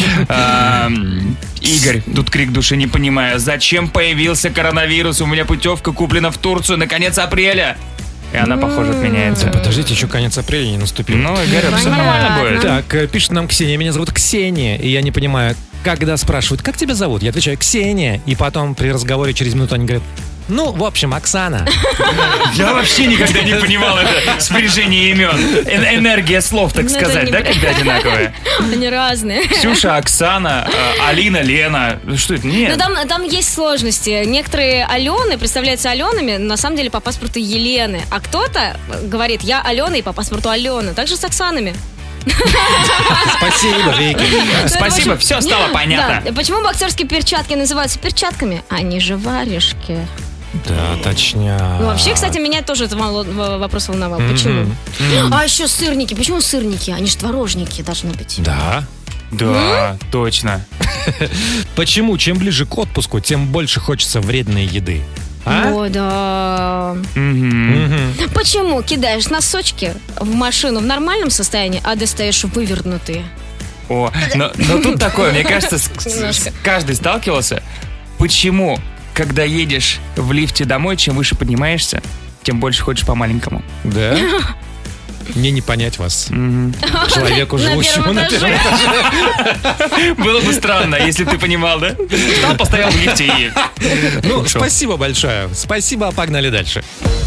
Игорь, тут крик души, не понимаю. Зачем появился коронавирус? У меня путевка куплена в Турцию на конец апреля. И она, похоже, отменяется. Подождите, еще конец апреля не наступил. Ну, Игорь, все нормально будет. Так, пишет нам Ксения. Меня зовут Ксения, и я не понимаю, когда спрашивают, как тебя зовут, я отвечаю Ксения, и потом при разговоре через минуту они говорят, ну, в общем, Оксана. Я вообще никогда не понимал это спряжение имен. Энергия слов, так сказать, да, когда одинаковая? Они разные. Ксюша, Оксана, Алина, Лена. Что это? Нет. Ну, там есть сложности. Некоторые Алены представляются Аленами, но на самом деле по паспорту Елены. А кто-то говорит, я Алена и по паспорту Алена. Так же с Оксанами. Спасибо, Вики. Спасибо, все стало понятно. Да. Почему боксерские перчатки называются перчатками? Они же варежки. Да, точняк. Ну, вообще, кстати, меня тоже это вопрос волновал. Почему? А еще сырники. Почему сырники? Они же творожники должны быть. Да. Да, точно. Почему чем ближе к отпуску, тем больше хочется вредной еды? А? О, да. Почему кидаешь носочки в машину в нормальном состоянии, а достаешь вывернутые? О, но тут такое, мне кажется, каждый сталкивался. Почему, когда едешь в лифте домой, чем выше поднимаешься, тем больше хочешь по-маленькому? Да? Мне не понять вас. Человеку, живущему на первом этаже. Было бы странно, если бы ты понимал, да? Встал, постоял в лифте и... Ну, спасибо большое. Спасибо, погнали дальше.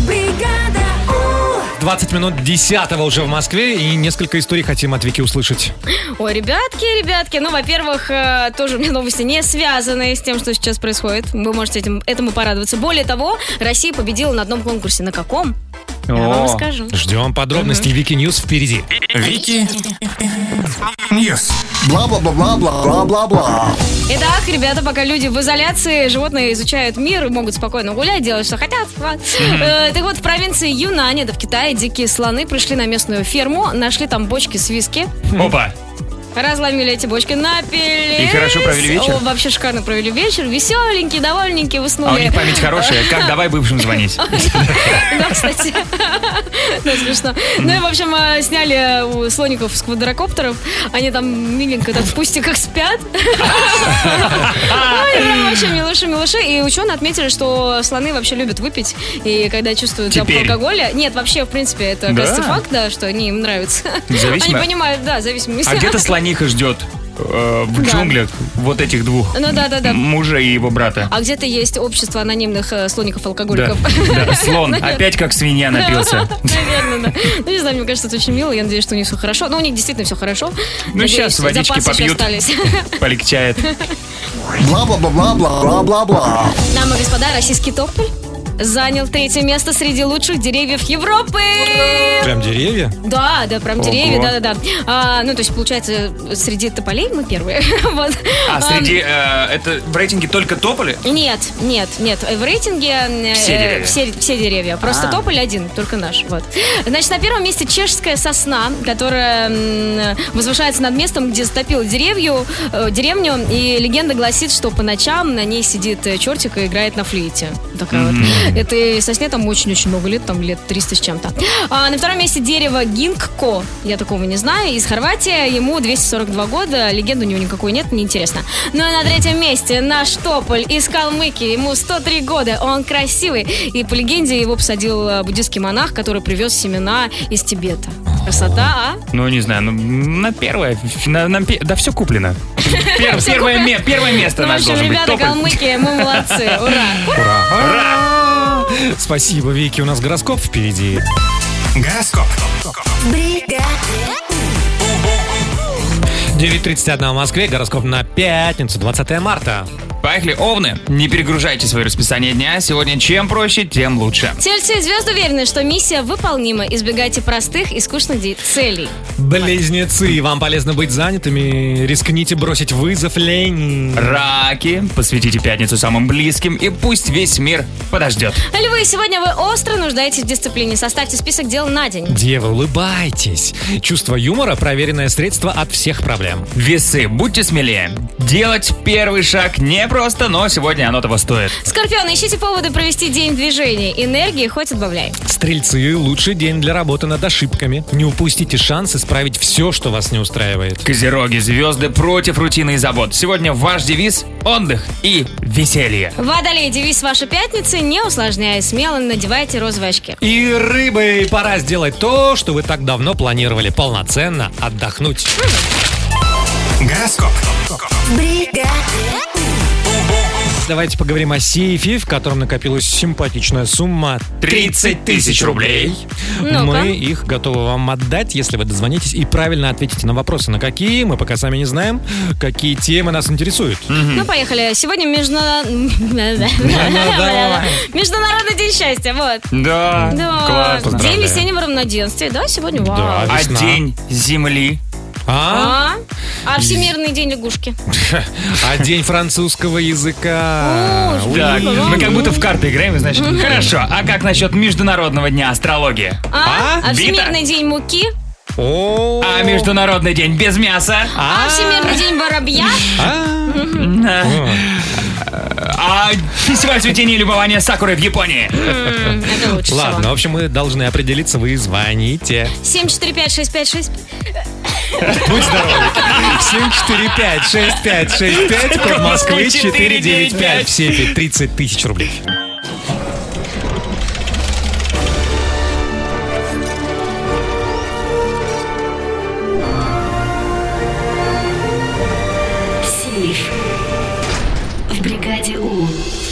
20 минут 10-го уже в Москве, и несколько историй хотим от Вики услышать. Ой, ребятки, ну, во-первых, тоже у меня новости не связанные с тем, что сейчас происходит. Вы можете этому порадоваться. Более того, Россия победила на одном конкурсе. На каком? Я вам расскажу. Ждем подробностей. Вики Ньюс впереди. Вики Ньюс. Бла-бла-бла-бла-бла-бла-бла. Итак, ребята, пока люди в изоляции, животные изучают мир, могут спокойно гулять, делать, что хотят. Так вот, в провинции Юнань, это в Китае, дикие слоны пришли на местную ферму, нашли там бочки с виски. Опа! Разломили эти бочки, напились. И хорошо провели вечер? О, вообще шикарно провели вечер. Веселенькие, довольненькие, уснули. А у них память хорошая. Как? Давай бывшим звонить. Да, кстати. Да, смешно. Ну и, в общем, сняли у слоников с квадрокоптеров. Они там миленько так в пустиках спят. Ой, прям вообще милыши. И ученые отметили, что слоны вообще любят выпить. И когда чувствуют запах алкоголя... Нет, вообще, в принципе, это, кажется, факт, да, что они им нравятся. Они понимают, да, зависимость. А где-то слониха ждет в джунглях вот этих двух мужей и его брата. А где-то есть общество анонимных слоников-алкоголиков. Да, слон опять как свинья напился. Наверное, да. Ну, не знаю, мне кажется, это очень мило. Я надеюсь, что у них все хорошо. Но у них действительно все хорошо. Ну, сейчас водички попьют, полегчает. Бла-бла-бла-бла-бла-бла-бла. Дамы и господа, российский тополь занял 3-е место среди лучших деревьев Европы. Прям деревья? Да, прям деревья, да. Ну, то есть, получается, среди тополей мы первые. Вот. А среди... это в рейтинге только тополи? Нет. В рейтинге все деревья. Просто тополь один, только наш. Вот. Значит, на первом месте чешская сосна, которая возвышается над местом, где затопила деревню. И легенда гласит, что по ночам на ней сидит чертик и играет на флейте. Такая вот. Этой сосне там очень-очень много лет, там лет 300 с чем-то. На втором месте дерево гинкко. Я такого не знаю. Из Хорватии, ему 242 года. Легенды у него никакой нет, неинтересно. Ну и на 3-м месте наш тополь из Калмыкии. Ему 103 года. Он красивый. И по легенде его посадил буддийский монах, который привез семена из Тибета. Красота, а? Ну, не знаю, на первое. Да все куплено. Первое место наш должен быть. Ребята, Калмыкия, мы молодцы. Ура! Спасибо, Вики. У нас гороскоп впереди. Гороскоп. 9:31 в Москве. Гороскоп на пятницу, 20 марта. Поехали, овны. Не перегружайте свое расписание дня. Сегодня чем проще, тем лучше. Тельцы и звезды уверены, что миссия выполнима. Избегайте простых и скучных целей. Близнецы, вам полезно быть занятыми. Рискните бросить вызов лени. Раки, посвятите пятницу самым близким, и пусть весь мир подождет. Львы, сегодня вы остро нуждаетесь в дисциплине. Составьте список дел на день. Девы, улыбайтесь. Чувство юмора – проверенное средство от всех проблем. Весы, будьте смелее. Делать первый шаг не просто, но сегодня оно того стоит. Скорпионы, ищите поводы провести день в движении. Энергии хоть отбавляй. Стрельцы, лучший день для работы над ошибками. Не упустите шанс исправить все, что вас не устраивает. Козероги, звезды против рутины и забот. Сегодня ваш девиз – отдых и веселье. Водолей, девиз вашей пятницы – не усложняя, смело надевайте розовые очки. И рыбы, пора сделать то, что вы так давно планировали. Полноценно отдохнуть. Гороскоп. Давайте поговорим о сейфе, в котором накопилась симпатичная сумма 30 тысяч рублей. Ну-ка. Мы их готовы вам отдать, если вы дозвонитесь и правильно ответите на вопросы. На какие, мы пока сами не знаем. Какие темы нас интересуют. Ну, поехали. Сегодня Международный день счастья, вот. Да, классно. День весеннего равноденствия, да, сегодня, вау. Да, а день земли? А Всемирный день лягушки. А день французского языка. Так, мы как будто в карты играем, значит. Хорошо, а как насчет Международного дня астрологии? А Всемирный день муки? А Международный день без мяса? А Всемирный день воробья? А фестиваль цветения и любования сакуры в Японии? Это лучше Ладно, всего. в общем, мы должны определиться, вы звоните. 745-6565. Будь здоров. 745-6565, код Москвы 495. В сейфе 30 тысяч рублей. Сейф. В бригаде У.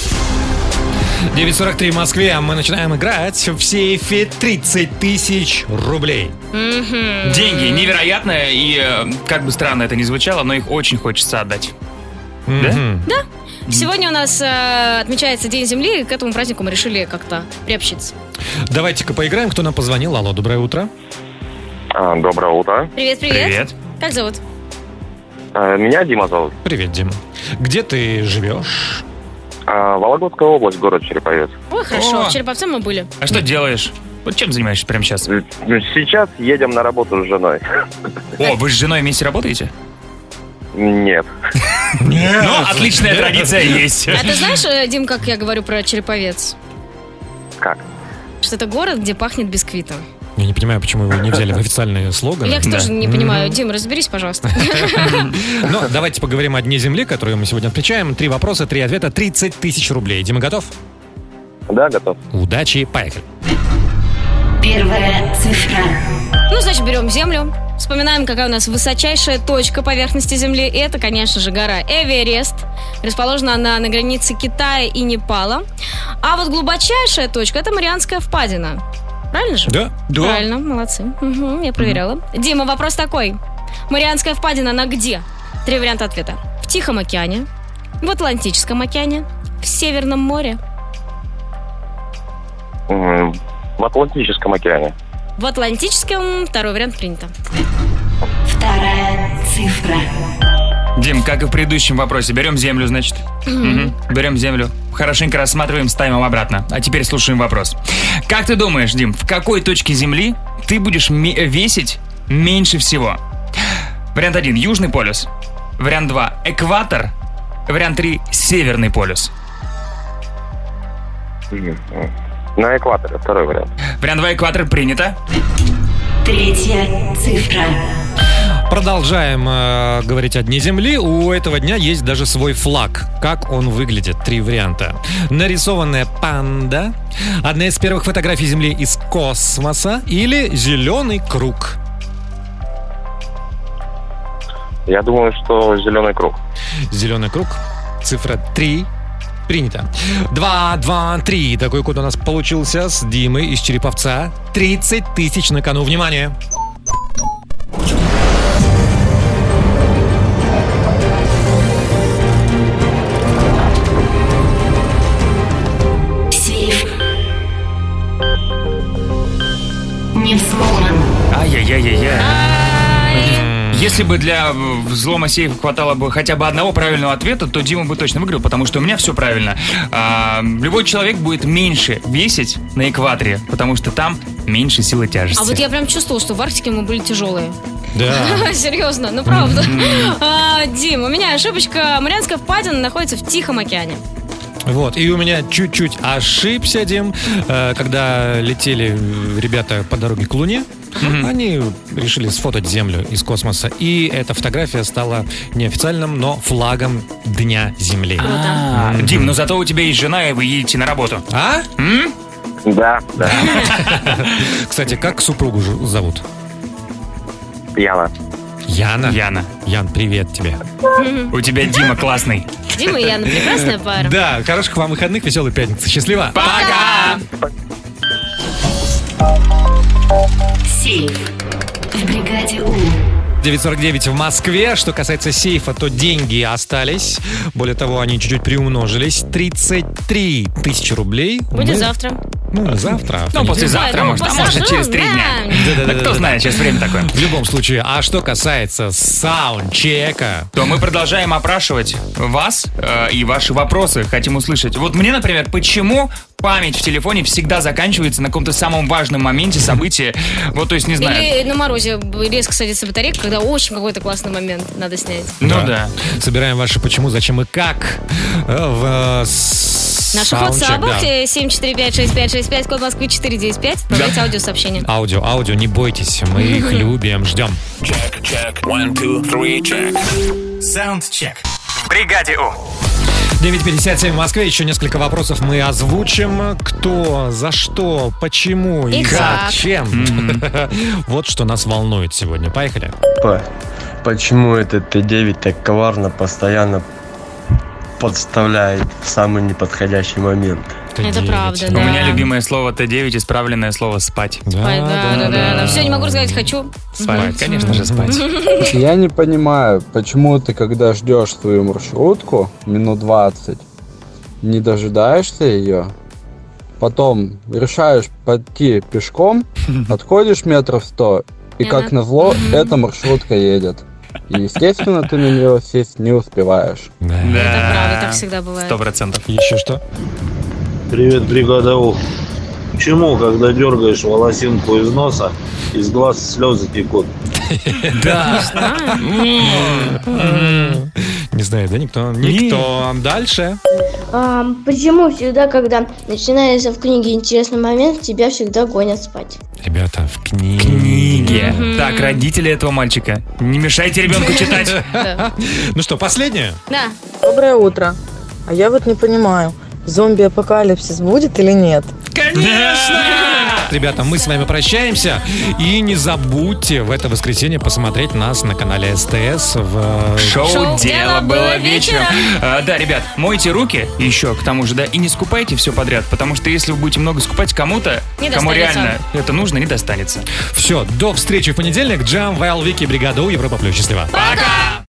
9:43 в Москве, а мы начинаем играть в сейфе 30 тысяч рублей. Деньги невероятные, и как бы странно это ни звучало, но их очень хочется отдать. Да? Да. Сегодня у нас отмечается День Земли, и к этому празднику мы решили как-то приобщиться. Давайте-ка поиграем. Кто нам позвонил? Алло, доброе утро. Доброе утро. Привет. Привет. Как зовут? Меня Дима зовут. Привет, Дим. Где ты живешь? Вологодская область, город Череповец. Ой, хорошо, О. в Череповце мы были. А что делаешь? Вот чем занимаешься прямо сейчас? Сейчас едем на работу с женой. О, вы с женой вместе работаете? Нет. Ну, отличная традиция есть. А ты знаешь, Дим, как я говорю про Череповец? Как? Что это город, где пахнет бисквитом. Я не понимаю, почему его не взяли в официальные слоганы. Я тоже не понимаю. Дим, разберись, пожалуйста. Ну, давайте поговорим о Дне Земли, который мы сегодня отмечаем. 3 вопроса, 3 ответа, 30 тысяч рублей. Дима, готов? Да, готов. Удачи, поехали. Первая цифра. Ну, значит, берем Землю. Вспоминаем, какая у нас высочайшая точка поверхности Земли. И это, конечно же, гора Эверест. Расположена она на границе Китая и Непала. А вот глубочайшая точка – это Марианская впадина. Правильно же? Да. Правильно, молодцы. Угу, я проверяла. Дима, вопрос такой. Марианская впадина, она где? 3 варианта ответа. В Тихом океане, в Атлантическом океане, в Северном море. В Атлантическом океане. В Атлантическом второй вариант принято. Вторая цифра. Дим, как и в предыдущем вопросе, берем землю, значит? Берем землю, хорошенько рассматриваем, ставим обратно. А теперь слушаем вопрос. Как ты думаешь, Дим, в какой точке Земли ты будешь весить меньше всего? Вариант 1 – Южный полюс. Вариант 2 – Экватор. Вариант 3 – Северный полюс. На экваторе, второй вариант. Вариант 2 – Экватор принято. Третья цифра. Продолжаем говорить о Дне Земли. У этого дня есть даже свой флаг. Как он выглядит? 3 варианта. Нарисованная панда, одна из первых фотографий Земли из космоса или зеленый круг. Я думаю, что зеленый круг. Зеленый круг. Цифра 3. Принято. 2, 2, 3. Такой код у нас получился с Димой из Череповца. 30 тысяч на кону. Внимание! Сейф не взломан. Ай-яй-яй-яй-яй. Если бы для взлома сейфа хватало бы хотя бы одного правильного ответа, то Дима бы точно выиграл, потому что у меня все правильно. Любой человек будет меньше весить на экваторе, потому что там меньше силы тяжести. А вот я прям чувствовала, что в Арктике мы были тяжелые. Да. Серьезно, ну правда. Дим, у меня ошибочка. Марианская впадина находится в Тихом океане. Вот, и у меня чуть-чуть ошибся, Дим. Когда летели ребята по дороге к Луне, они решили сфотать Землю из космоса. И эта фотография стала неофициальным, но флагом Дня Земли. Дим, но зато у тебя есть жена, и вы едете на работу. А? Да, да. Кстати, как супругу зовут? Яна. Яна? Яна. Ян, привет тебе. У тебя Дима классный. Дима и Яна, прекрасная пара. Да, хороших вам выходных, веселой пятницы. Счастливо. Пока! Сейф в бригаде У. 9:49 в Москве. Что касается сейфа, то деньги остались. Более того, они чуть-чуть приумножились. 33 тысячи рублей. Будет завтра. Ну, завтра. Ну, послезавтра, может, а может, через 3 дня. Да, кто знает, сейчас время такое. В любом случае, а что касается саундчека, то мы продолжаем опрашивать вас и ваши вопросы. Хотим услышать. Вот мне, например, почему память в телефоне всегда заканчивается на каком-то самом важном моменте события. Вот, то есть, не знаю. Или на морозе резко садится батарейка, когда очень какой-то классный момент надо снять. Ну да. Собираем ваши почему, зачем и как в наших WhatsApp 7456565, код Москвы 495. Отправляйте аудиосообщение. Аудио, не бойтесь, мы их любим, ждем. Check. 1, 2, 3, check. Soundcheck. В бригаде У. 9:57 в Москве. Еще несколько вопросов мы озвучим. Кто, за что, почему и зачем. Вот что нас волнует сегодня. Поехали. Почему этот Т9 так коварно постоянно подставляет в самый неподходящий момент? Это правда, У да. меня любимое слово Т9, исправленное слово спать. Да. Все, не могу сказать, хочу. Спать, конечно же, спать. Я не понимаю, почему ты, когда ждешь свою маршрутку минут 20, не дожидаешься ее, потом решаешь пойти пешком, отходишь метров 100, и как назло, эта маршрутка едет. И, естественно, ты на нее сесть не успеваешь. Да. Это правда, так всегда бывает. 100%. Еще что? Привет, бригада У. Почему, когда дергаешь волосинку из носа, из глаз слезы текут? Да. Не знает, да, никто. Дальше. Почему всегда, когда начинается в книге интересный момент, тебя всегда гонят спать? Ребята, в книге. Так, родители этого мальчика, не мешайте ребенку читать. Ну что, последнее? Да. Доброе утро. А я вот не понимаю, зомби-апокалипсис будет или нет? Конечно! Ребята, мы с вами прощаемся. И не забудьте в это воскресенье посмотреть нас на канале СТС в шоу «Дело было вечером». Да, ребят, мойте руки еще к тому же, да, и не скупайте все подряд, потому что если вы будете много скупать кому-то, кому реально это нужно, не достанется. Все, до встречи в понедельник. Джам, Вайл, Вики, бригада У, Европа Плюс. Счастливо. Пока!